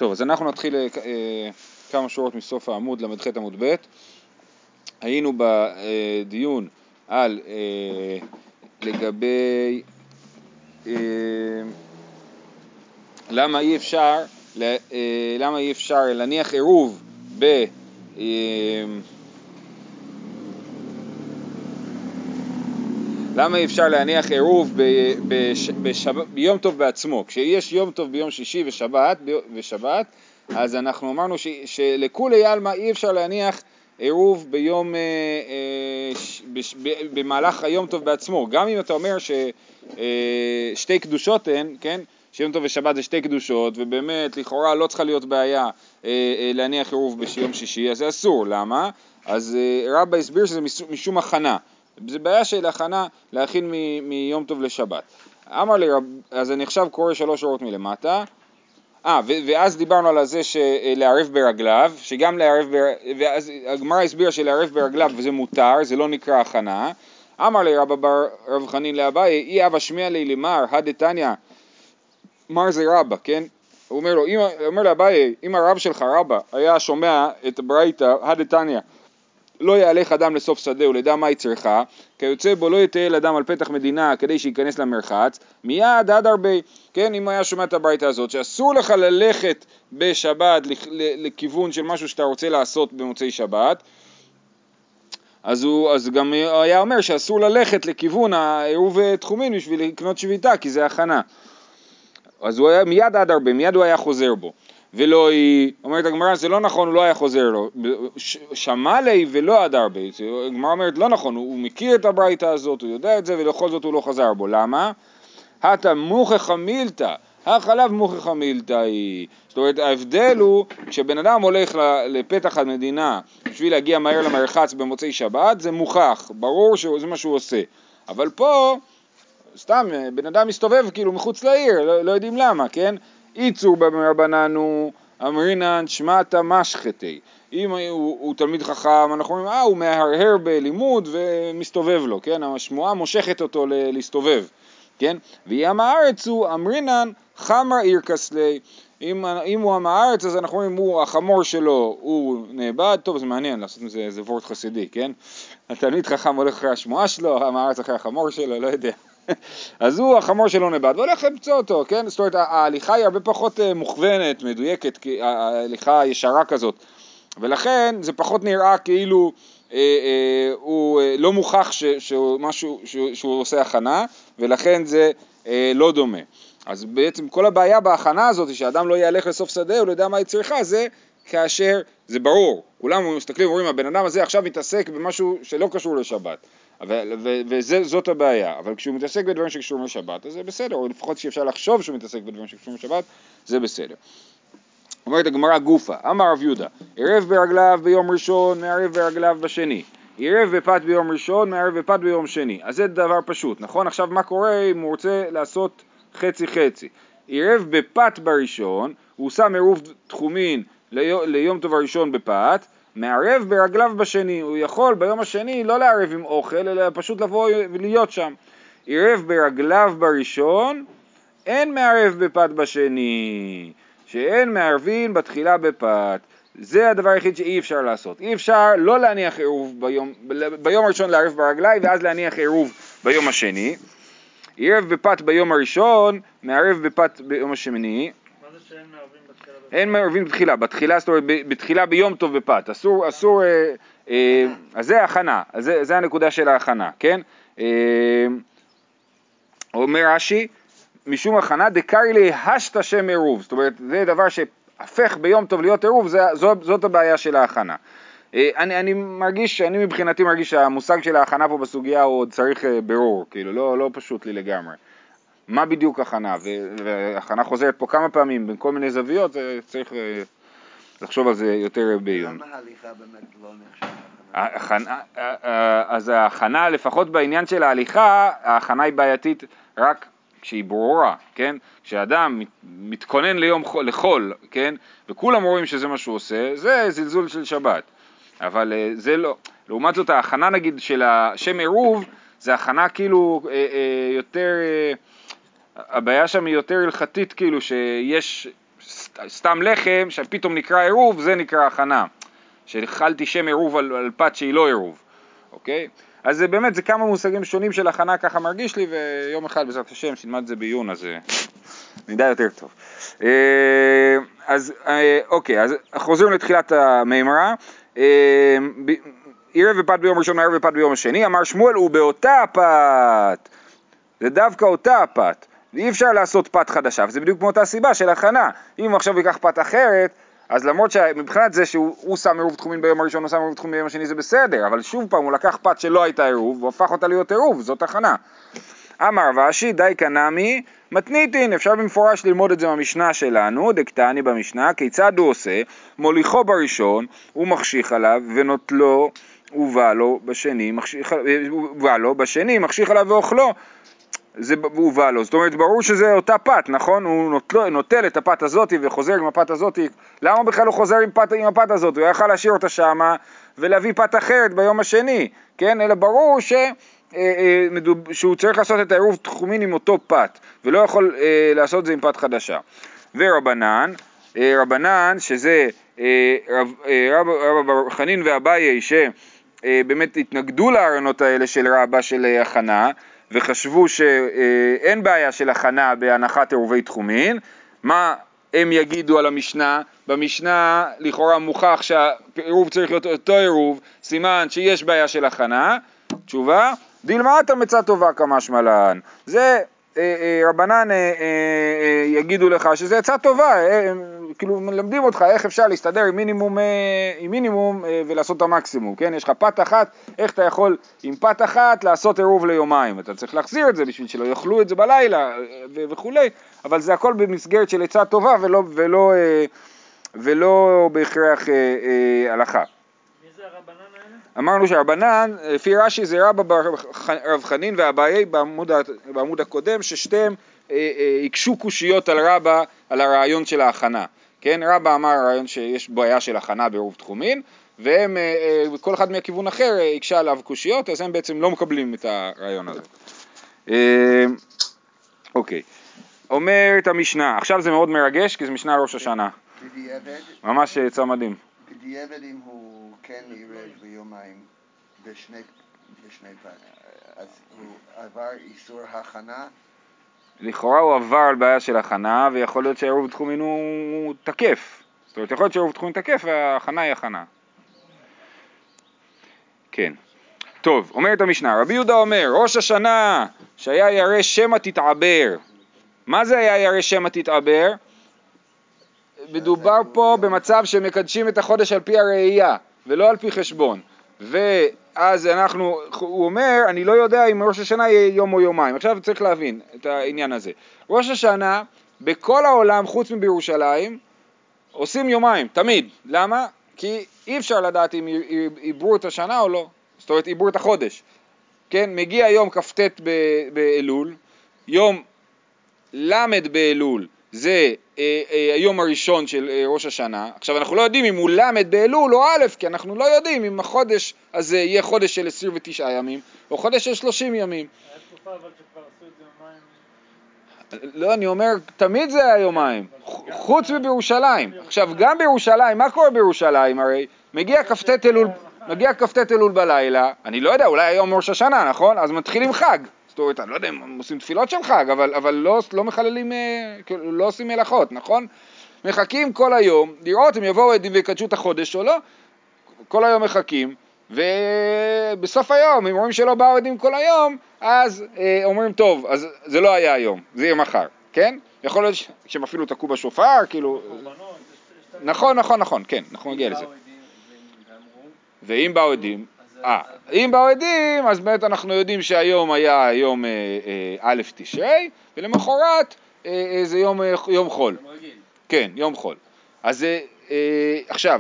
טוב, אז אנחנו נתחיל כמה שורות מסוף העמוד, למ"ח עמוד ב'. היינו בדיון על לגבי למה אי אפשר להניח עירוב למה אי אפשר להניח עירוב ביום טוב בעצמו? כשיש יום טוב ביום שישי ושבת, אז אנחנו אמרנו שלכולי עלמא אי אפשר להניח עירוב במהלך היום טוב בעצמו. גם אם אתה אומר ששתי קדושות הן, כן? שיום טוב ושבת זה שתי קדושות, ובאמת לכאורה לא צריכה להיות בעיה להניח עירוב ביום שישי, אז זה אסור. למה? אז רבא הסביר שזה משום הכנה. זה בעיה של הכנה להכין מיום טוב לשבת. אמר לי אז אני עכשיו קורא 3 שורות מלמטה. ואז דיברנו על זה שלערב ברגליו, שגם לערב ואז הגמרא הסבירה שלערב ברגליו וזה מותר, זה לא נקרא הכנה. אמר לי רבא בר רב חנין לאביי, אי אבא שמיע לי למר, הדתניא, מר זה רבא, כן? הוא אומר לאביי, אם הרב שלך רבא היה שומע את הברייתא, הדתניא, לא יהלך אדם לסוף שדה ולדע מה היא צריכה, כיוצא בו לא יטייל אדם על פתח מדינה כדי שייכנס למרחץ, מיד עד הרבה, כן, אם היה שומע את הברייתא הזאת, שאסור לך ללכת בשבת לכיוון של משהו שאתה רוצה לעשות במוצאי שבת, אז גם היה אומר שאסור ללכת לכיוון העירוב תחומין בשביל לקנות שביתה, כי זה הכנה. אז הוא היה מיד עד הרבה, מיד הוא היה חוזר בו. ולא היא, אומרת הגמרא, זה לא נכון, הוא לא היה חוזר לו, שמע לי ולא עד הרבה, הגמרא אומרת לא נכון, הוא מכיר את הברייתא הזאת, הוא יודע את זה ולכל זאת הוא לא חזר בו. למה? הטה מוכח מילתא, החלב מוכח מילתא היא. זאת אומרת, ההבדל הוא, כשבן אדם הולך לפתח המדינה בשביל להגיע מהר למרחץ במוצאי שבת, זה מוכח, ברור שזה מה שהוא עושה. אבל פה, סתם, בן אדם מסתובב כאילו מחוץ לעיר, לא יודעים למה, כן? איצור במרבננו, אמרינן שמעת משחתי. אם הוא תלמיד חכם, אנחנו אומרים, הוא מהרהר בלימוד ומסתובב לו, כן? השמועה מושכת אותו להסתובב, כן? ואם הארץ הוא אמרינן חמר עיר כסלי. אם הוא עם הארץ, אז אנחנו אומרים, החמור שלו הוא נאבד. טוב, זה מעניין לעשות מזה איזה וורט חסידי, כן? התלמיד חכם הולך אחרי השמועה שלו, עם הארץ אחרי החמור שלו, לא יודע. אז הוא החמור שלו נאבד, והולך למצוא אותו, כן? זאת אומרת, ההליכה היא הרבה פחות מוכוונת, מדויקת, כי ההליכה ישרה כזאת, ולכן זה פחות נראה כאילו הוא לא מוכח שהוא עושה הכנה, ולכן זה לא דומה. אז בעצם כל הבעיה בהכנה הזאת, היא שאדם לא ילך לסוף שדה, הוא לא יודע מה היא צריכה, זה כאשר, זה ברור, כולם מסתכלים ואומרים, הבן אדם הזה עכשיו מתעסק במשהו שלא קשור לשבת, וזאת הבעיה. אבל כשהוא מתעסק בדברים שקשורים לשבת, אז זה בסדר, או לפחות שאפשר לחשוב שהוא מתעסק בדברים שקשורים לשבת, זה בסדר. אומרת הגמרא גופה, אמר רב יהודה, ערב ברגליו ביום ראשון, מערב ברגליו בשני. ערב בפת ביום ראשון, מערב בפת ביום שני. אז זה דבר פשוט, נכון? עכשיו מה קורה אם הוא רוצה לעשות חצי חצי? ערב בפת בראשון, הוא שם עירוב תחומין ליום טוב הראשון בפת, מערב ברגליו בשני. הוא יכול ביום השני לא לערב עם אוכל, אלא פשוט לבוא ולהיות שם. ערב ברגליו בראשון, אין מערב בפת בשני. שאין מערבין בתחילה בפת. זה הדבר היחיד שאי אפשר לעשות. אי אפשר לא להניח עירוב ביום הראשון לערב ברגלי, ואז להניח עירוב ביום השני. ערב בפת ביום הראשון, מערב בפת ביום השני. מה זה שאין מערבים בתחילה בפת? אין מערבים בתחילה, בתחילה, זאת אומרת, בתחילה ביום טוב בפת. אסור, אז זה ההכנה, זה הנקודה של ההכנה, כן? אומר רש"י, משום הכנה דקרי להשת שם עירוב, זאת אומרת, זה דבר שהפך ביום טוב להיות עירוב, זאת הבעיה של ההכנה. אני מבחינתי מרגיש שהמושג של ההכנה פה בסוגיה הוא עוד צריך ברור, כאילו, לא פשוט לי לגמרי. מה בדיוק הכנה? והכנה חוזרת פה כמה פעמים, בין כל מיני זוויות, צריך לחשוב על זה יותר בעיון. למה ההליכה באמת לא נחשב הכנה? אז ההכנה, לפחות בעניין של ההליכה, ההכנה היא בעייתית רק כשהיא ברורה, כן? כשאדם מתכונן ליום לחול, כן? וכולם רואים שזה מה שהוא עושה, זה זלזול של שבת. אבל זה לא. לעומת זאת, ההכנה נגיד של השם עירוב, זה הכנה כאילו יותר, הבעיה שם היא יותר הלכתית, כאילו שיש סתם לחם שפתאום נקרא עירוב, זה נקרא הכנה. שאכלתי שם עירוב על פת שהיא לא עירוב. אוקיי? אז זה באמת, זה כמה מושגים שונים של הכנה, ככה מרגיש לי, ויום אחד בעזרת השם, שנלמד את זה בעיון, אז נדע יותר טוב. אז אוקיי, אז חוזרים לתחילת המימרה. עירב ופת ביום ראשון, עירב ופת ביום השני, אמר שמואל, הוא באותה הפת. זה דווקא אותה הפת. ואי אפשר לעשות פת חדשה, וזה בדיוק כמו אותה סיבה של הכנה. אם הוא עכשיו ייקח פת אחרת, אז למרות שמבחינת זה שהוא שם עירוב תחומין ביום הראשון, הוא שם עירוב תחומין ביום השני, זה בסדר, אבל שוב פעם הוא לקח פת שלא הייתה עירוב, והוא הפך אותה להיות עירוב, זאת הכנה. אמר ואשי די קנמי מתניתין, אפשר במפורש ללמוד את זה במשנה שלנו, דקטני במשנה, כיצד הוא עושה, מוליכו בראשון, הוא מחשיך עליו, ונוטלו ובא לו בשני, מחשיך עליו ואוכלו, זה הובא לו, זאת אומרת ברור שזה אותה פת, נכון? הוא נוטל את הפת הזאת וחוזר עם הפת הזאת, למה בכלל הוא חוזר עם הפת הזאת? הוא יכל להשאיר אותה שמה ולהביא פת אחרת ביום השני, כן? אלא ברור שהוא צריך לעשות את העירוב תחומין עם אותו פת, ולא יכול לעשות את זה עם פת חדשה. ורבנן, שזה רב חנין ואביי, שבאמת התנגדו לרעיונות האלה של רבא של הכנה, וחשבו שאין בעיה של הכנה בהנחת עירובי תחומין. מה הם יגידו על המשנה? במשנה לכאורה מוכח שהעירוב צריך להיות אותו עירוב, סימן שיש בעיה של הכנה. תשובה, דילמאתא מצא טובה כמשמע לן. זה רבנן יגידו לך שזה עצה טובה, כאילו מלמדים אותך איך אפשר להסתדר עם מינימום ולעשות את המקסימום, כן? יש לך פת אחת, איך אתה יכול עם פת אחת לעשות עירוב ליומיים, אתה צריך להחזיר את זה בשביל שלא יאכלו את זה בלילה וכולי, אבל זה הכל במסגרת של עצה טובה ולא בהכרח הלכה. מי זה הרבנן האלה? אמרנו שהרבנן, לפי רש"י זה רב חנין ואביי בעמוד הקודם, ששתיהם הקשו קושיות על רבא, על הרעיון של ההכנה. כן, רבא אמר הרעיון שיש בעיה של הכנה בעירוב תחומין, והם, כל אחד מהכיוון אחר הקשה עליו קושיות, אז הם בעצם לא מקבלים את הרעיון הזה. אוקיי, אומרת המשנה, עכשיו זה מאוד מרגש, כי זה משנה ראש השנה. ממש יצא מדהים. בדיעבד אם הוא כן עירב ביומיים בשני פת, אז הוא עבר איסור הכנה? לכאורה הוא עבר על בעיה של הכנה, ויכול להיות שהעירוב תחומין הוא תקף. זאת אומרת, יכול להיות שהעירוב תחומין תקף, וההכנה היא הכנה. כן. טוב, אומרת המשנה, רבי יהודה אומר, ראש השנה שהיה ירא שמא תתעבר. מה זה היה ירא שמא תתעבר? מדובר פה במצב שמקדשים את החודש על פי הראייה, ולא על פי חשבון. ואז הוא אומר, אני לא יודע אם ראש השנה יהיה יום או יומיים. עכשיו צריך להבין את העניין הזה. ראש השנה, בכל העולם, חוץ מבירושלים, עושים יומיים, תמיד. למה? כי אי אפשר לדעת אם עיברו את השנה או לא. זאת אומרת, עיברו את החודש. כן, מגיע יום כ"ט באלול, יום למד באלול, זה היום הראשון של ראש השנה. עכשיו אנחנו לא יודעים אם הוא למד באלול או א', כי אנחנו לא יודעים אם החודש הזה יהיה חודש של 29 ימים או חודש של 30 ימים. היה תקופה אבל שכבר עשו את זה יומיים. לא, אני אומר, תמיד זה היה יומיים, חוץ מבירושלים. עכשיו גם בירושלים, מה קורה בירושלים? הרי מגיע כ"ט אלול בלילה, אני לא יודע, אולי היום ראש השנה, נכון? אז מתחילים חג. זאת אומרת, אני לא יודע אם עושים תפילות של חג, אבל לא מחללים, לא עושים מלאכות, נכון? מחכים כל היום, לראות אם יבואו עדים ויקדשו את החודש או לא, כל היום מחכים, ובסוף היום, אם רואים שלא באו עדים כל היום, אז אומרים, טוב, אז זה לא היה היום, זה יהיה מחר, כן? יכול להיות שהם אפילו תקעו בשופר, כאילו... נכון, כן, אנחנו נגיע לזה. ואם באו עדים... אם באו עדים, אז באמת אנחנו יודעים שהיום היה יום א' תשרי, ולמחרת זה יום חול. כן, יום חול. אז עכשיו,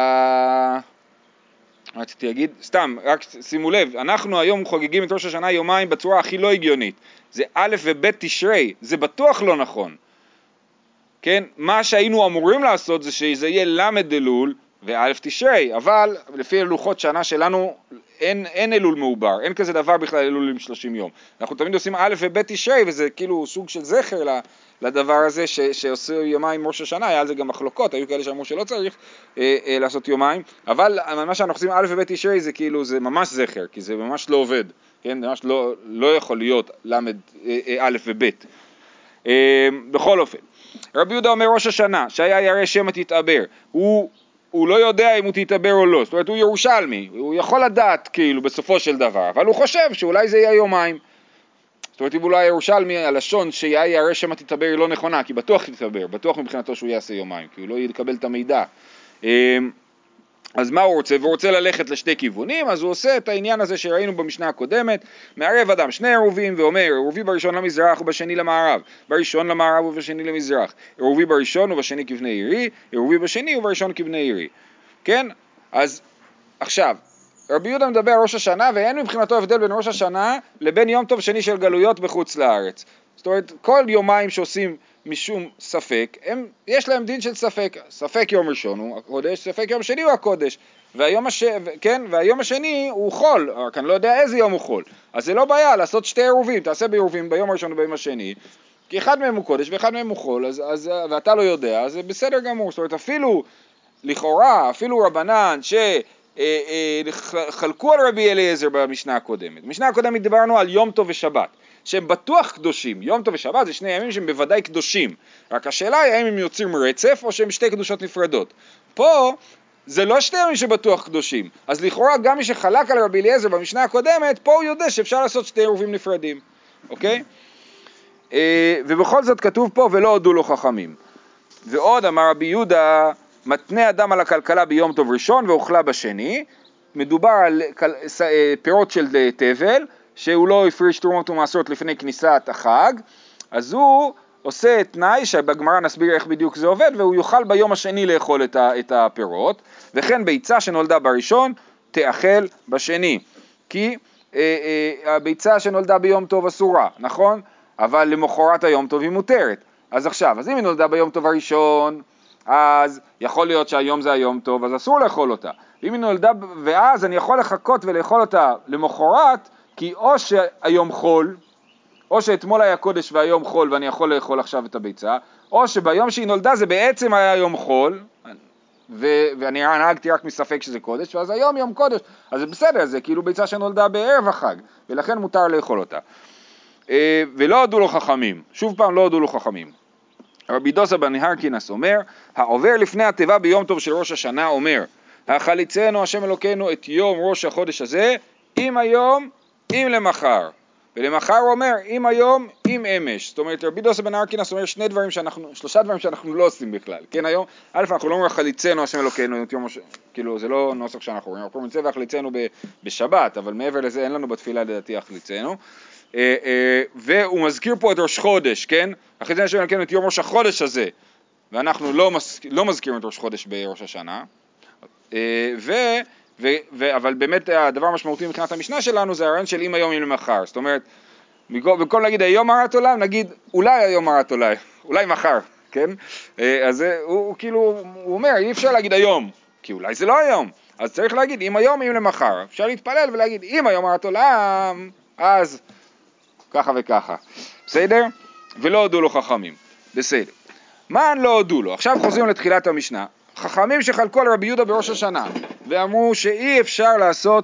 רציתי להגיד, סתם, רק שימו לב, אנחנו היום חוגגים את ראש השנה יומיים בצורה הכי לא הגיונית. זה א' וב' תשרי, זה בטוח לא נכון. כן, מה שהיינו אמורים לעשות זה שזה יהיה למד אלול, ואלף תשרי, אבל לפי לוחות שנה שלנו אין אלול מעובר, אין כזה דבר בכלל אלול עם 30 יום. אנחנו תמיד עושים א' וב' תשרי, וזה כאילו סוג של זכר לדבר הזה שעושה יומיים ראש השנה, היה על זה גם מחלוקות, היו כאלה שאמרו שלא צריך לעשות יומיים, אבל מה שאנחנו עושים א' וב' תשרי זה כאילו, זה ממש זכר, כי זה ממש לא עובד, כן? זה ממש לא יכול להיות למד א' וב'. בכל אופן, רבי יהודה אומר ראש השנה, שהיה ירא שמא תתעבר, הוא לא יודע אם הוא תתעבר או לא, זאת אומרת הוא ירושלמי, הוא יכול לדעת כאילו בסופו של דבר, אבל הוא חושב שאולי זה יהיה יומיים. זאת אומרת אם הוא לא היה ירושלמי, הלשון שהיה ירא שמא תתעבר היא לא נכונה, כי בטוח תתעבר, בטוח מבחינתו שהוא יעשה יומיים, כי הוא לא יקבל את המידע. אז מה הוא רוצה? והוא רוצה ללכת לשתי כיוונים, אז הוא עושה את העניין הזה שראינו במשנה הקודמת, מערב אדם שני עירובים ואומר, עירובי בראשון למזרח ובשני למערב, בראשון למערב ובשני למזרח, עירובי בראשון ובשני כבני עירי, עירובי בשני ובראשון כבני עירי. כן? אז עכשיו, רבי יהודה מדבר ראש השנה, ואין מבחינתו הבדל בין ראש השנה לבין יום טוב שני של גלויות בחוץ לארץ. זאת אומרת, כל יומיים שעושים משום ספק, יש להם דין של ספק. ספק יום ראשון הוא הקודש, ספק יום שני הוא הקודש. והיום השני הוא חול, רק אני לא יודע איזה יום הוא חול. אז זה לא בעיה לעשות שתי עירובים, תעשה בעירובים ביום הראשון וביום השני, כי אחד מהם הוא קודש ואחד מהם הוא חול, ואתה לא יודע, אז זה בסדר גמור. זאת אומרת, אפילו לכאורה, אפילו רבנן חלקו על רבי אליעזר במשנה הקודמת. במשנה הקודמת דיברנו על יום טוב ושבת, שהם בטוח קדושים. יום טוב ושבת זה שני ימים שהם בוודאי קדושים. רק השאלה היא האם הם יוצאים רצף או שהם שתי קדושות נפרדות. פה זה לא שתי ימים שבטוח קדושים. אז לכאורה גם מי שחלק על רבי אליעזר במשנה הקודמת, פה הוא יודע שאפשר לעשות שתי עירובים נפרדים. אוקיי? ובכל זאת כתוב פה ולא הודו לו חכמים. ועוד אמר רבי יהודה, מתנה אדם על הכלכלה ביום טוב ראשון ואוכלה בשני. מדובר על פירות של תבל, שהוא לא הפריש תרומות ומעשרות לפני כניסת החג, אז הוא עושה תנאי שבגמרא נסביר איך בדיוק זה עובד, והוא יוכל ביום השני לאכול את הפירות, וכן ביצה שנולדה בראשון תאכל בשני, כי הביצה שנולדה ביום טוב אסורה, נכון? אבל למחרת היום טוב היא מותרת. אז אם היא נולדה ביום טוב הראשון, אז יכול להיות שהיום זה היום טוב, אז אסור לאכול אותה. ואם היא נולדה, ואז אני יכול לחכות ולאכול אותה למחרת, כי או שהיום חול, או שאתמול היה קודש והיום חול ואני יכול לאכול עכשיו את הביצה, או שביום שהיא נולדה זה בעצם היה יום חול, ואני נהגתי רק מספק שזה קודש, ואז היום יום קודש, אז זה בסדר, זה כאילו ביצה שנולדה בערב החג, ולכן מותר לאכול אותה. ולא הודו לו חכמים, שוב פעם לא הודו לו חכמים. רבי דוסה בן הרקינס אומר, העובר לפני התיבה ביום טוב של ראש השנה אומר, החליצנו השם אלוקינו את יום ראש החודש הזה, אם היום, אם למחר. ולמחר הוא אומר, אם היום, אם אמש. זאת אומרת, רבי דוסה בן הרקינס אומר שלושה דברים שאנחנו לא עושים בכלל. כן, היום, א', אנחנו לא אומרים החליצנו השם אלוקינו את יום ראש, כאילו זה לא נוסח שאנחנו אומרים, אנחנו אומרים והחליצנו בשבת, אבל מעבר לזה אין לנו בתפילה לדעתי החליצנו. והוא מזכיר פה את ראש חודש, כן? החליצנו השם אלוקינו את יום ראש החודש הזה, ואנחנו לא מזכירים את ראש חודש בראש השנה. אבל באמת הדבר המשמעותי מבחינת המשנה שלנו זה הרעיון של אם היום אם למחר. זאת אומרת, במקום להגיד היום מרת עולם, נגיד אולי היום מרת אולי מחר, כן? אז הוא כאילו, הוא אומר אי אפשר להגיד היום, כי אולי זה לא היום, אז צריך להגיד אם היום אם למחר. אפשר להתפלל ולהגיד אם היום מרת עולם, אז ככה וככה. בסדר? ולא הודו לו חכמים. בסדר. מה לא הודו לו? עכשיו חוזרים לתחילת המשנה. חכמים שחלקו על רבי יהודה בראש השנה ואמרו שאי אפשר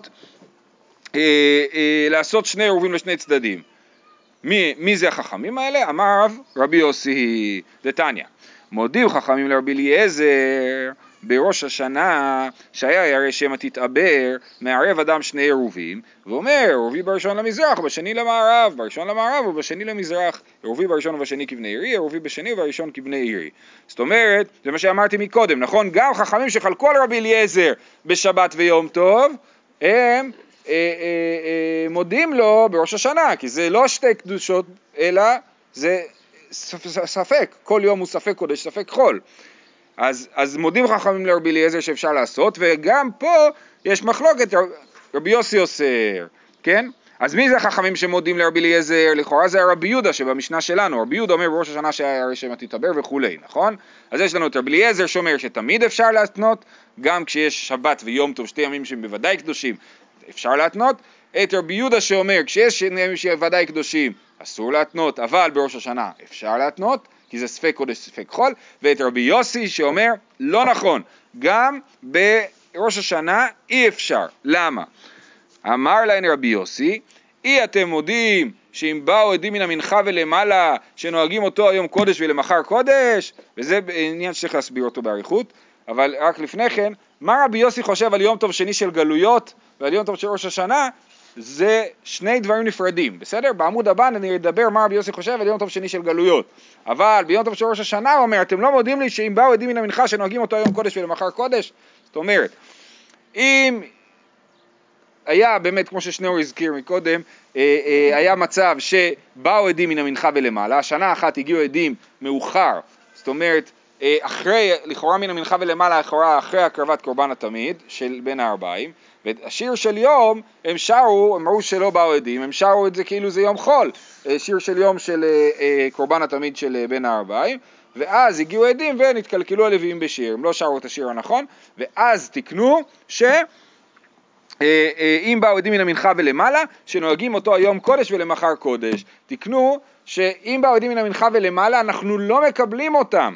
לעשות שני עירובים לשני צדדים. מי זה החכמים האלה? אמר רבי יוסי דתניא. מודיעו חכמים לרבי אליעזר בראש השנה שהיה ירא שמא תתעבר, מערב אדם שני עירובים ואומר עירובי בראשון למזרח ובשני למערב, בראשון למערב ובשני למזרח, עירובי בראשון ובשני כבני עירי, עירובי בשני ובראשון כבני עירי. זאת אומרת, זה מה שאמרתי מקודם, נכון? גם חכמים שחלקו על רבי אליעזר בשבת ויום טוב, הם מודים לו בראש השנה, כי זה לא שתי קדושות אלא זה ספק, כל יום הוא ספק קודש, ספק חול. אז מודים חכמים לרבי אליעזר שאפשר לעשות, וגם פה יש מחלוקת, רבי יוסי אוסר, כן? אז מי זה החכמים שמודים לרבי אליעזר? לכאורה זה הרבי יהודה שבמשנה שלנו, רבי יהודה אומר בראש השנה שהיה ירא שמא תתעבר וכולי, נכון? אז יש לנו את רבי אליעזר שאומר שתמיד אפשר להתנות, גם כשיש שבת ויום טוב, שתי ימים שהם בוודאי קדושים, אפשר להתנות. את רבי יהודה שאומר כשיש שני ימים שבוודאי קדושים, אסור להתנות, אבל בראש השנה אפשר להתנות, כי זה ספק קודש ספק חול, ואת רבי יוסי שאומר לא נכון, גם בראש השנה אי אפשר. למה? אמר להם רבי יוסי, אי אתם מודים שאם באו עדים מן המנחה ולמעלה שנוהגים אותו היום קודש ולמחר קודש, וזה עניין שצריך להסביר אותו בעריכות, אבל רק לפני כן, מה רבי יוסי חושב על יום טוב שני של גלויות ועל יום טוב של ראש השנה? זה שני דברים נפרדים, בסדר? בעמוד הבא אני אדבר מה רבי יוסי חושב על יום טוב שני של גלויות, אבל ביום טוב של ראש השנה הוא אומר, אתם לא מודים לי שאם באו עדים מן המנחה שנוהגים אותו היום קודש ולמחר קודש? זאת אומרת, אם היה באמת, כמו ששניאור הזכיר מקודם, היה מצב שבאו עדים מן המנחה ולמעלה, שנה אחת הגיעו עדים מאוחר, זאת אומרת, אחרי, לכאורה מן המנחה ולמעלה, לכאורה אחרי הקרבת קורבן התמיד של בין הארבעים, והשיר של יום, הם שרו, הם אמרו שלא באו עדים, הם שרו את זה כאילו זה יום חול, שיר של יום של קורבן התמיד של בין הארבעים, ואז הגיעו עדים ונתקלקלו הלוויים בשיר, הם לא שרו את השיר הנכון, ואז תקנו אם באו עדים מן המנחה ולמעלה, שנוהגים אותו היום קודש ולמחר קודש. תקנו שאם באו עדים מן המנחה ולמעלה, אנחנו לא מקבלים אותם.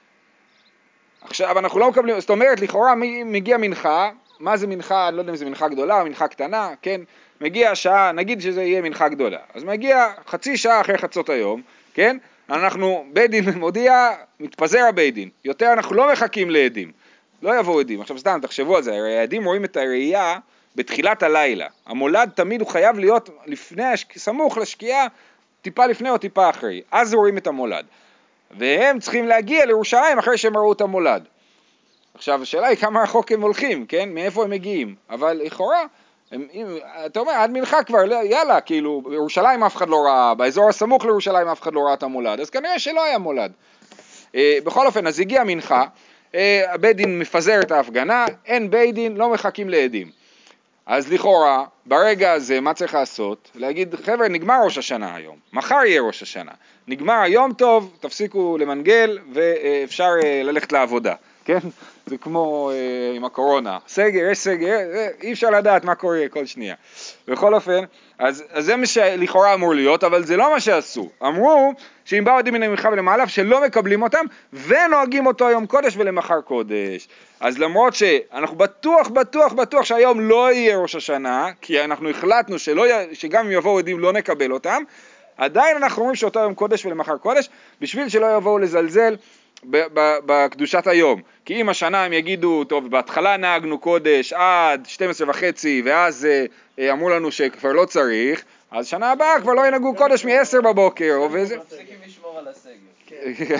עכשיו, אנחנו לא מקבלים, זאת אומרת, לכאורה מגיע מנחה, מה זה מנחה? אני לא יודע אם זה מנחה גדולה או מנחה קטנה, כן? מגיע השעה, נגיד שזה יהיה מנחה גדולה. אז מגיע חצי שעה אחרי חצות היום, כן? אנחנו, בית דין מודיע, מתפזר הבית דין. יותר אנחנו לא מחכים לעדים. לא יבואו עדים. עכשיו סתם, תחשבו על זה, הרי העדים רואים את הראייה בתחילת הלילה. המולד תמיד הוא חייב להיות לפני, סמוך לשקיעה, טיפה לפני או טיפה אחרי. אז רואים את המולד. והם צריכים להגיע לירושלים אחרי שהם ראו את המולד. עכשיו, השאלה היא כמה רחוק הם הולכים, כן? מאיפה הם מגיעים? אבל לכאורה, אתה אומר, עד מנחה כבר, יאללה, כאילו, בירושלים אף אחד לא ראה, באזור הסמוך לירושלים אף אחד לא ראה את המולד, אז כנראה שלא היה מולד. בכל אופן, אז הגיע מנחה, הבית דין מפזר את ההפגנה, אין בית דין, לא מחכים לעדים. אז לכאורה, ברגע הזה, מה צריך לעשות? להגיד, חבר'ה, נגמר ראש השנה היום, מחר יהיה ראש השנה, נגמר היום טוב, תפסיקו למנגל ואפשר ללכת לעבודה, כן? זה כמו עם הקורונה, סגר, יש סגר, אי אפשר לדעת מה קורה כל שנייה. בכל אופן, אז זה מה שלכאורה אמור להיות, אבל זה לא מה שעשו. אמרו שאם באו עדים מן המנחה ולמעלה, שלא מקבלים אותם, ונוהגים אותו היום קודש ולמחר קודש. אז למרות שאנחנו בטוח שהיום לא יהיה ראש השנה, כי אנחנו החלטנו שגם אם יבואו עדים לא נקבל אותם, עדיין אנחנו אומרים שאותו היום קודש ולמחר קודש, בשביל שלא יבואו לזלזל בקדושת היום. כי אם השנה הם יגידו, טוב, בהתחלה נהגנו קודש עד 12:30, ואז אמרו לנו שכבר לא צריך, אז שנה הבאה כבר לא ינהגו קודש מ-10 בבוקר. מפסיקים לשמור על הסגר.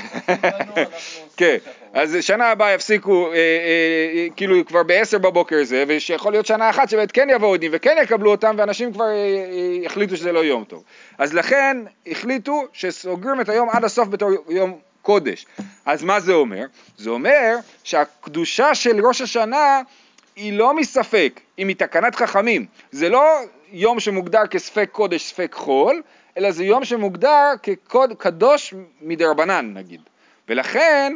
כן, אז שנה הבאה יפסיקו, כאילו כבר ב-10 בבוקר זה, ושיכול להיות שנה אחת שבאמת כן יבואו עדים וכן יקבלו אותם, ואנשים כבר יחליטו שזה לא יום טוב. אז לכן החליטו שסוגרים את היום עד הסוף בתור יום קודש. אז מה זה אומר? זה אומר שהקדושה של ראש השנה היא לא מספק, היא מתקנת חכמים. זה לא יום שמוגדר כספק קודש, ספק חול, אלא זה יום שמוגדר כקדוש מדרבנן נגיד. ולכן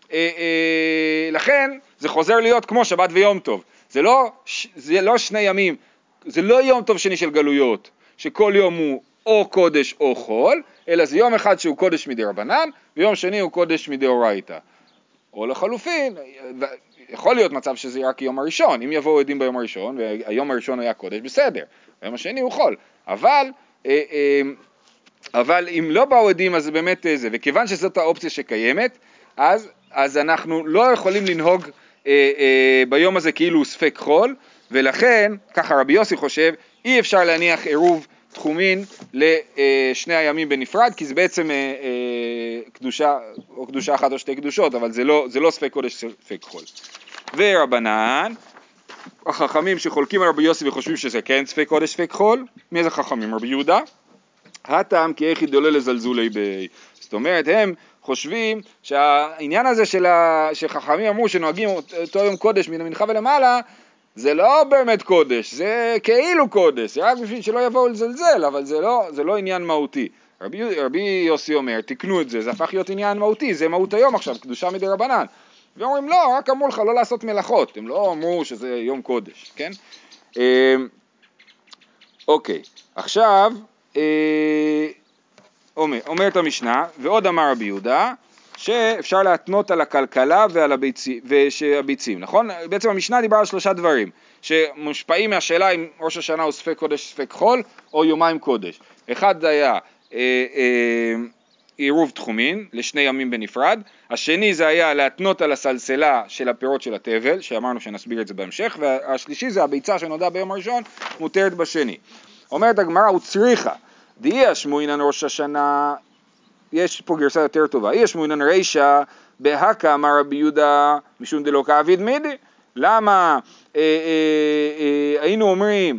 לכן זה חוזר להיות כמו שבת ויום טוב. זה לא שני ימים, זה לא יום טוב שני של גלויות, שכל יום הוא או קודש או חול, אלא זה יום אחד שהוא קודש מדרבנן, ויום שני הוא קודש מדאורייתא. או לחלופין, יכול להיות מצב שזה רק יום הראשון, אם יבואו עדים ביום הראשון, והיום הראשון היה קודש, בסדר, היום השני הוא חול. אבל אם לא באו עדים, אז זה באמת זה, וכיוון שזאת האופציה שקיימת, אז אנחנו לא יכולים לנהוג ביום הזה כאילו הוא ספק חול, ולכן, ככה רבי יוסי חושב, אי אפשר להניח עירוב תחומין לשני הימים בנפרד, כי זה בעצם קדושה, או קדושה אחת או שתי קדושות, אבל זה לא ספק קודש, ספק חול. ורבנן, החכמים שחולקים על רבי יוסי וחושבים שזה כן ספק קודש, ספק חול, מי זה חכמים? רבי יהודה? הטעם כי איך ידולה לזלזולי בי. זאת אומרת, הם חושבים שהעניין הזה שחכמים אמרו שנוהגים אותו יום קודש מן המנחה ולמעלה, זה לא באמת קודש, זה כאילו קודש, זה רק בשביל שלא יבואו לזלזל, אבל זה לא עניין מהותי. רבי יוסי אומר, תקנו את זה, זה הפך להיות עניין מהותי, זה מהות היום עכשיו, קדושה מדרבנן. ואומרים, לא, רק אמרו לך לא לעשות מלאכות, הם לא אמרו שזה יום קודש, כן? אוקיי, עכשיו, אומרת המשנה, ועוד אמר רבי יהודה, שאפשר להתנות על הכלכלה ועל הביצים, נכון? בעצם המשנה דיברה על 3 דברים, שמושפעים מהשאלה אם ראש השנה הוא ספק קודש ספק חול, או יומיים קודש. אחד היה עירוב תחומין, ל2 ימים בנפרד, השני זה היה להתנות על הסלסלה של הפירות של התבל, שאמרנו שנסביר את זה בהמשך, והשלישי זה הביצה שנודע ביום הראשון, מותרת בשני. אומרת הגמרא, הוא צריכה, דאי שמועינן ראש השנה, יש פה גרסה יותר טובה, אי שמועינן רישא, בהקה אמר רבי יהודה, משום דלא כעביד מידי, למה היינו אומרים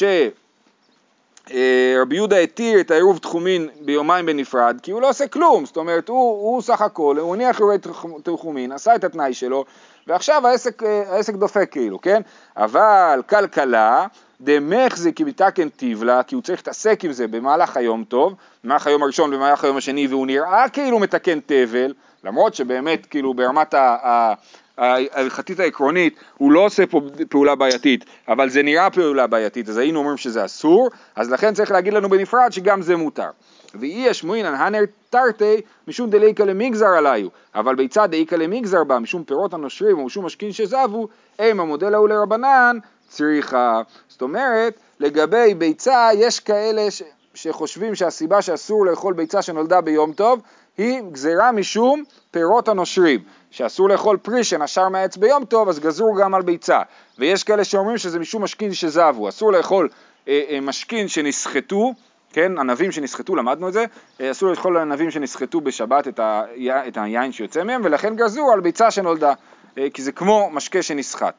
רבי יהודה התיר את העירוב תחומין ביומיים בנפרד, כי הוא לא עושה כלום, זאת אומרת, הוא סך הכל, הוא הניח עירוב תחומין, עשה את התנאי שלו, ועכשיו העסק דופק כאילו, כן? אבל כלכלה, דמחזיק מתקן טיבלה, כי הוא צריך להתעסק עם זה במהלך היום טוב, במהלך היום הראשון ובמהלך היום השני, והוא נראה כאילו מתקן תבל, למרות שבאמת כאילו ברמת ההלכתית העקרונית הוא לא עושה פה פעולה בעייתית, אבל זה נראה פעולה בעייתית, אז היינו אומרים שזה אסור, אז לכן צריך להגיד לנו בנפרד שגם זה מותר. ואי השמועינן הנר תרתי משום דליקה למגזר עליו, אבל ביצה דליקה למגזר בה, משום פירות הנושרים או משום משכין שזבו, הם המודל ההוא לרבנן צריכה. זאת אומרת, לגבי ביצה יש כאלה שחושבים שהסיבה שאסור לאכול ביצה שנולדה ביום טוב, היא גזירה משום פירות הנושרים, שאסור לאכול פרי שנשר מהעץ ביום טוב, אז גזרו גם על ביצה. ויש כאלה שאומרים שזה משום משכין שזבו, אסור לאכול משכין שנסחטו, כן, ענבים שנסחטו, למדנו את זה, אסור לאכול ענבים שנסחטו בשבת את היין שיוצא מהם, ולכן גזרו על ביצה שנולדה, כי זה כמו משקה שנסחט.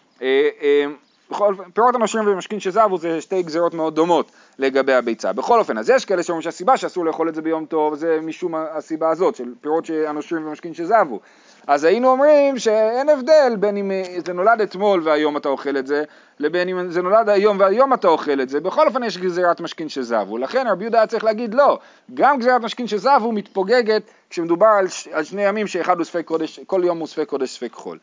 פירות הנושרים ומשכין שזבו זה 2 גזירות מאוד דומות לגבי הביצה. בכל אופן, אז יש כאלה שאומרים שהסיבה שאסור לאכול את זה ביום טוב זה משום הסיבה הזאת של פירות הנושרים ומשכין שזבו. אז היינו אומרים שאין הבדל בין אם זה נולד אתמול והיום אתה אוכל את זה, לבין אם זה נולד היום והיום אתה אוכל את זה. בכל אופן יש גזירת משכין שזבו. לכן רבי יהודה צריך להגיד לא, גם גזירת משכין שזבו מתפוגגת כשמדובר על 2 ימים שאחד הוא ספק קודש, כל יום הוא ספק קודש ספק חול.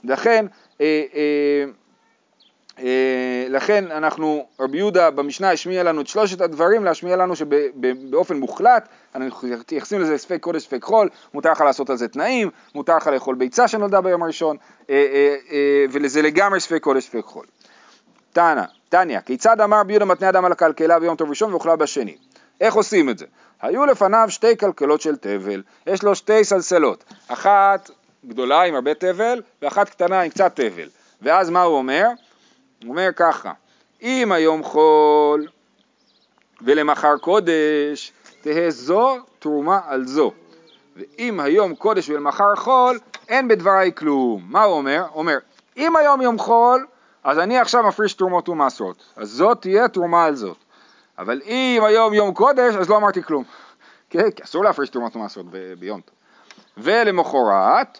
לכן אנחנו, רבי יהודה במשנה השמיע לנו את 3 הדברים, להשמיע לנו שבאופן מוחלט, אנחנו יחסים לזה ספק קודש ספק חול, מותר לך לעשות על זה תנאים, מותר לך לאכול ביצה שנולדה ביום הראשון, ולזה לגמרי ספק קודש ספק חול. תניא, כיצד אמר רבי יהודה מתנה אדם על הכלכלה ביום טוב ראשון ואוכלה בשני? איך עושים את זה? היו לפניו 2 כלכלות של תבל, יש לו 2 סלסלות, אחת גדולה עם הרבה תבל, ואחת קטנה עם קצת תבל. ואז מה הוא אומר? הוא אומר ככה, אם היום חול ולמחר קודש, תהא זו תרומה על זו. ואם היום קודש ולמחר חול, אין בדבריי כלום. מה הוא אומר? הוא אומר, אם היום יום חול, אז אני עכשיו מפריש תרומות ומעשרות. אז זאת תהיה תרומה על זאת. אבל אם היום יום קודש, אז לא אמרתי כלום. כי אסור להפריש תרומות ומעשרות ביום טוב. ולמחרת,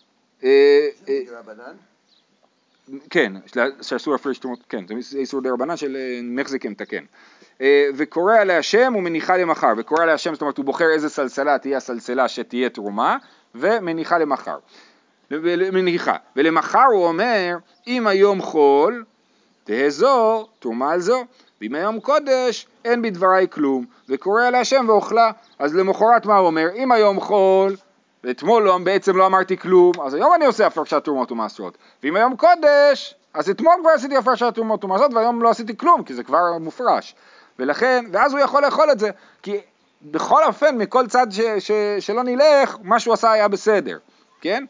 כן, שאסור להפריש תרומות, כן, זה איסור דרבנן של מחזיק מתקן. וקורא להשם ומניחה למחר, וקורא להשם, זאת אומרת הוא בוחר איזה סלסלה תהיה הסלסלה שתהיה תרומה, ומניחה למחר. מניחה. ולמחר הוא אומר, אם היום חול, תהא זו, תרומה על זו, ואם היום קודש, אין בדבריי כלום, וקורא להשם ואוכלה. אז למחרת מה הוא אומר? אם היום חול, ואתמול בעצם לא אמרתי כלום, אז היום אני עושה הפרשת תרומות ומעשרות. ואם היום קודש, אז אתמול כבר עשיתי הפרשת תרומות ומעשרות, והיום לא עשיתי כלום, כי זה כבר מופרש. ולכן, ואז הוא יכול לאכול את זה, כי בכל אופן, מכל צד שלא נלך, מה שהוא עשה היה בסדר, כן?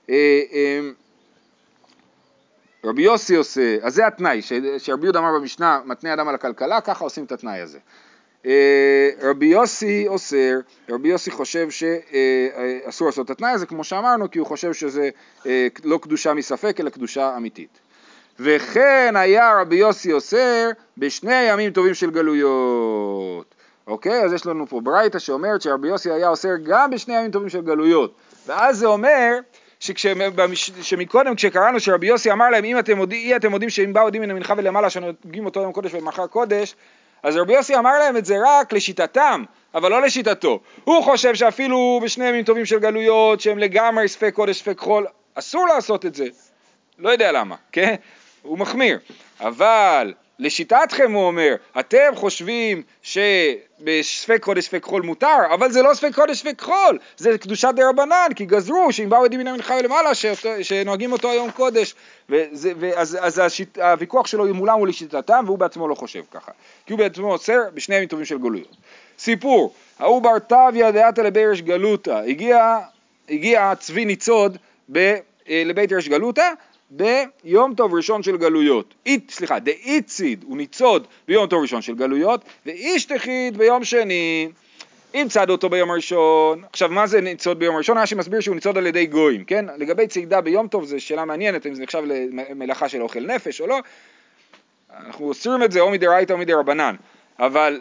רבי יוסי עושה, אז זה התנאי, שרבי יהודה אמר במשנה, מתנה אדם על הכלכלה, ככה עושים את התנאי הזה. רבי יוסי אוסר, רבי יוסי חושב שאסור לעשות את התנאי הזה, כמו שאמרנו, כי הוא חושב שזה לא קדושה מספק, אלא קדושה אמיתית. וכן היה רבי יוסי אוסר בשני ימים טובים של גלויות. אוקיי? אז יש לנו פה ברייתא שאומרת שרבי יוסי היה אוסר גם בשני ימים טובים של גלויות. ואז זה אומר שמקודם כשקראנו שרבי יוסי אמר להם, אם אתם יודעים שאם באו יודעים מן המנחה ולמעלה שנוגעים אותו יום קודש ומחר קודש, אז רבי יוסי אמר להם את זה רק לשיטתם, אבל לא לשיטתו. הוא חושב שאפילו בשני ימים טובים של גלויות, שהם לגמרי ספק קודש ספק חול, אסור לעשות את זה. לא יודע למה, כן? הוא מחמיר. אבל לשיטתכם הוא אומר, אתם חושבים שבספק חודש ספק חול מותר, אבל זה לא ספק חודש ספק חול, זה קדושת דרבנן, כי גזרו שאם באו עדים מן המנחה למעלה שנוהגים אותו היום קודש, אז הוויכוח שלו מולם הוא לשיטתם, והוא בעצמו לא חושב ככה, כי הוא בעצמו עוצר בשני ימים טובים של גלויות. סיפור, ההוא בר טביה דעתה לבירש גלותה, הגיע צבי ניצוד לבית רש גלותה, ביום טוב ראשון של גלויות, דאיציד הוא ניצוד ביום טוב ראשון של גלויות, ואישתחית ביום שני, אם צד אותו ביום הראשון. עכשיו מה זה ניצוד ביום הראשון? רש"י מסביר שהוא ניצוד על ידי גויים, כן? לגבי צעידה ביום טוב זו שאלה מעניינת, אם זה נחשב למלאכה של אוכל נפש או לא, אנחנו אוסרים את זה או מדאורייתא או מדרבנן, אבל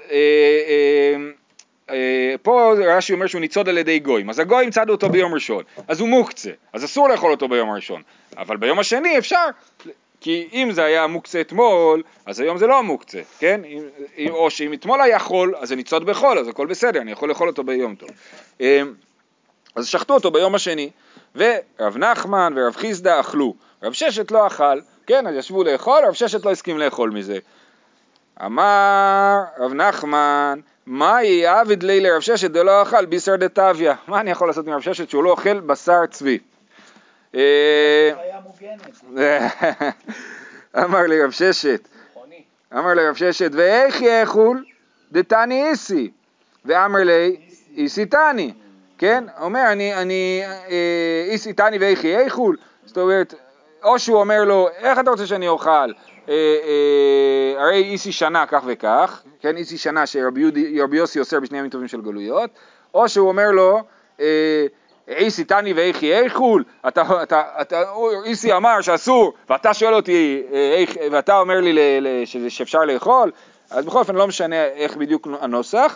פה רש"י אומר שהוא ניצוד על ידי גויים, אז הגויים צדו אותו ביום ראשון, אז הוא מוקצה, אז אסור לאכול אותו ביום הראשון, אבל ביום השני אפשר, כי אם זה היה מוקצה אתמול, אז היום זה לא מוקצה, כן? או שאם אתמול היה חול, אז זה ניצוד בחול, אז הכל בסדר, אני יכול לאכול אותו ביום טוב. אז שחטו אותו ביום השני, ורב נחמן ורב חיסדא אכלו, רב ששת לא אכל, כן? אז ישבו לאכול, רב ששת לא הסכים לאכול מזה. אמר רב נחמן, מה יעבד לי לרב ששת דלא אכל בישר דתביה? מה אני יכול לעשות עם רב ששת שהוא לא אוכל בשר צבי? אמר לי רב ששת, ואיך יאכול דתני איסי, ואמר לי איסי תני, כן? אומר אני איסי תני ואיך יאכול, זאת אומרת, או שהוא אומר לו, איך אתה רוצה שאני אוכל? הרי איסי שנה כך וכך, כן, איסי שנה שרבי יוסי אוסר בשני ימים טובים של גלויות, או שהוא אומר לו, איסי תני ואיך יאכול, איסי אמר שאסור, ואתה שואל אותי, ואתה אומר לי שאפשר לאכול, אז בכל אופן לא משנה איך בדיוק הנוסח,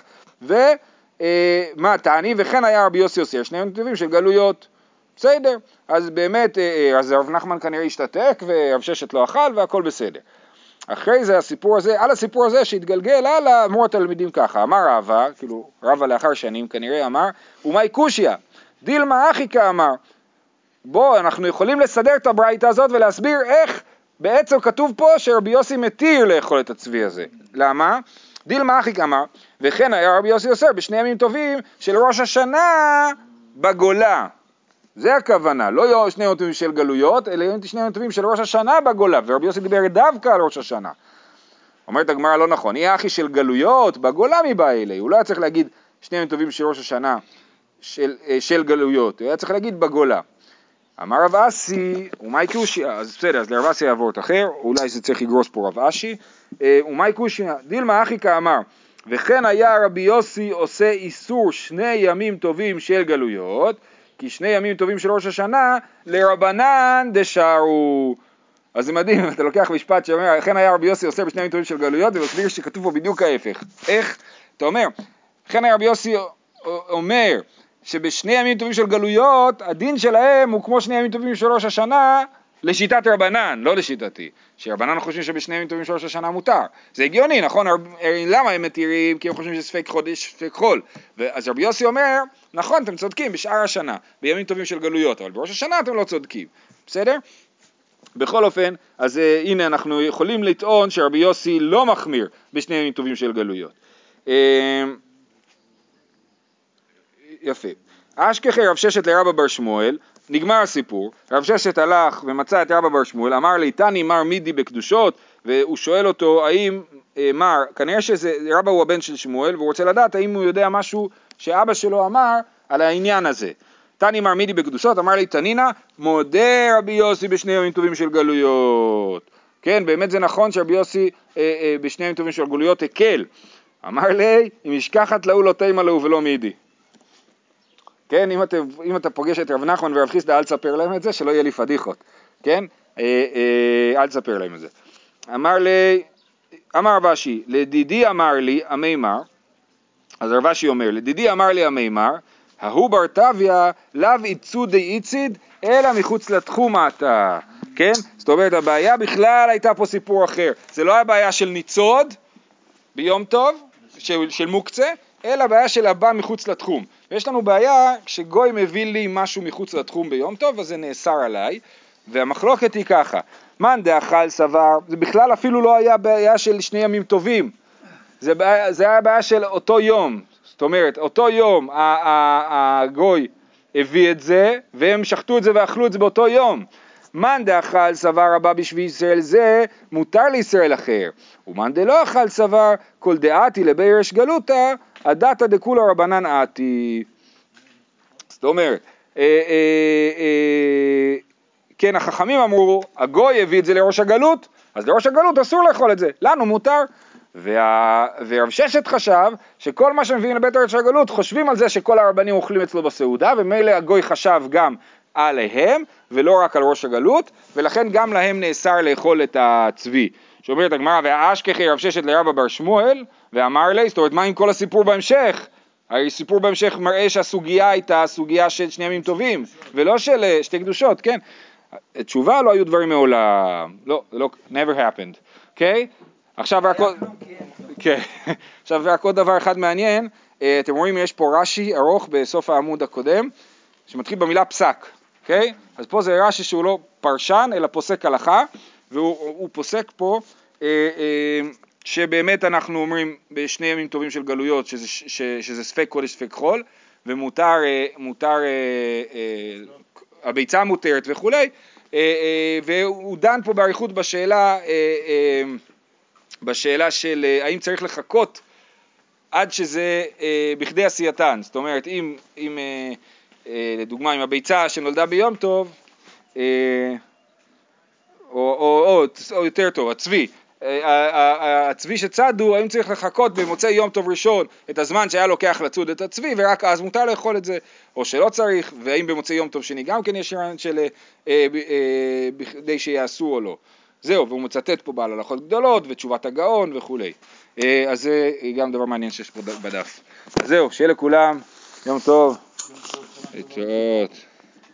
ומה תני, וכן היה רבי יוסי אוסר, שני ימים טובים של גלויות, בסדר, אז באמת, אז רב נחמן כנראה השתתק, ורב ששת לא אכל, והכל בסדר. אחרי זה הסיפור הזה, על הסיפור הזה שהתגלגל הלאה, אמרו התלמידים ככה, אמר רבא, כאילו רבא לאחר שנים כנראה אמר, ומאי קושיה, דילמה אחיקה אמר, בוא אנחנו יכולים לסדר את הברייתא הזאת ולהסביר איך בעצם כתוב פה שרבי יוסי מתיר לאכול את הצבי הזה. למה? דילמה אחיקה אמר, וכן היה רבי יוסי אוסר בשני ימים טובים של ראש השנה בגולה. זה הכוונה, לא שני ימים טובים של גלויות, אלא שני ימים טובים של ראש השנה בגולה, ורבי יוסי דיבר דווקא על ראש השנה. אומרת הגמרא לא נכון, יהיה אחי של גלויות, בגולה מבא אלי, הוא לא היה צריך להגיד שני ימים טובים של ראש השנה של גלויות, הוא היה צריך להגיד בגולה. אמר רב אסי, ומאי קושיה, אז בסדר, אז לרב אסי יעבור את אחר, אולי זה צריך לגרוס פה רב אשי, ומאי קושיה, דילמה אחיקה אמר, וכן היה רבי יוסי עושה איסור שני ימים טובים של גלויות, כי שני ימים טובים של ראש השנה לרבנן דשארו. אז זה מדהים, אתה לוקח משפט שאומר, לכן היה רבי יוסי עושה בשני ימים טובים של גלויות, ומסביר שכתוב פה בדיוק ההפך. איך? אתה אומר, לכן היה רבי יוסי אומר, שבשני ימים טובים של גלויות, הדין שלהם הוא כמו שני ימים טובים של ראש השנה, לשיטת רבנן, לא לשיטתי. שרבנן חושבים שבשני ימים טובים של ראש השנה מותר. זה הגיוני, נכון? למה הם מתירים? כי הם חושבים שזה ספק חודש, ספק חול. אז רבי יוסי אומר, נכון, אתם צודקים בשאר השנה, בימים טובים של גלויות, אבל בראש השנה אתם לא צודקים. בסדר? בכל אופן, אז הנה אנחנו יכולים לטעון שרבי יוסי לא מחמיר בשני ימים טובים של גלויות. יפה. אשכחי רב ששת לרבא בר שמואל, נגמר הסיפור, רב ששת הלך ומצא את רבא בר שמואל, אמר לי, תני מר מידי בקדושות, והוא שואל אותו, האם מר, כנראה שזה, רבא הוא הבן של שמואל, והוא רוצה לדעת האם הוא יודע משהו שאבא שלו אמר על העניין הזה. תני מר מידי בקדושות, אמר לי, תנינה, מודה רבי יוסי בשני ימים טובים של גלויות. כן, באמת זה נכון שרבי יוסי בשני ימים טובים של גלויות הקל. אמר לי, אם ישכחת לאו לא תימה לאו ולא מידי. כן, אם אתה פוגש את רב נחמן ורב חיסדא, אל תספר להם את זה, שלא יהיה לי פדיחות, כן? אל תספר להם את זה. אמר רב אשי, לדידי אמר לי המימר, אז רב אשי אומר, לדידי אמר לי המימר, ההוא בר טביה, לאו איצו די איציד, אלא מחוץ לתחום אתה, כן? זאת אומרת, הבעיה בכלל הייתה פה סיפור אחר, זה לא הבעיה של ניצוד, ביום טוב, של מוקצה, אלא בעיה של הבא מחוץ לתחום. ויש לנו בעיה, כשגוי מביא לי משהו מחוץ לתחום ביום טוב, אז זה נאסר עליי, והמחלוקת היא ככה, מאן דאכל סבר, זה בכלל אפילו לא היה בעיה של שני ימים טובים, זה היה בעיה של אותו יום, זאת אומרת, אותו יום הגוי הביא את זה, והם שחטו את זה ואכלו את זה באותו יום. מאן דאכל סבר הבא בשביל ישראל זה, מותר לישראל אחר. ומאן דלא אכל סבר, כל דעתי לבי רש גלותא, הדתא דכולא רבנן עתי. זאת אומרת, כן, החכמים אמרו, הגוי הביא את זה לראש הגלות, אז לראש הגלות אסור לאכול את זה, לנו מותר. ורב ששת חשב שכל מה שמביאים לבית ראש הגלות חושבים על זה שכל הרבנים אוכלים אצלו בסעודה, ומילא הגוי חשב גם עליהם ולא רק על ראש הגלות, ולכן גם להם נאסר לאכול את הצבי. שאומרת הגמרא, והאשכחי רב ששת לרבא בר שמואל ואמר לי, זאת אומרת, מה עם כל הסיפור בהמשך? הסיפור בהמשך מראה שהסוגיה הייתה סוגיה של שני ימים טובים ולא של שתי קדושות, כן? תשובה, לא היו דברים מעולם, לא, never happened, אוקיי? עכשיו רק עוד דבר אחד מעניין, אתם רואים יש פה רש"י ארוך בסוף העמוד הקודם, שמתחיל במילה פסק, אוקיי? אז פה זה רש"י שהוא לא פרשן אלא פוסק הלכה, והוא פוסק פה שבאמת אנחנו אומרים בשני ימים טובים של גלויות שזה ספק קודש ספק חול, ומותר, הביצה מותרת וכולי, והוא דן פה בעריכות בשאלה של האם צריך לחכות עד שזה בכדי עשייתן, זאת אומרת אם לדוגמה אם הביצה שנולדה ביום טוב או יותר טוב הצבי שצדו, האם צריך לחכות במוצאי יום טוב ראשון את הזמן שהיה לוקח לצוד את הצבי ורק אז מותר לאכול את זה, או שלא צריך, והאם במוצאי יום טוב שני גם כן יש רעיון של בכדי שיעשו או לא. זהו, והוא מצטט פה בעל הלכות גדולות ותשובת הגאון וכו'. אז זה גם דבר מעניין שיש פה בדף. אז זהו, שיהיה לכולם יום טוב. להתראות.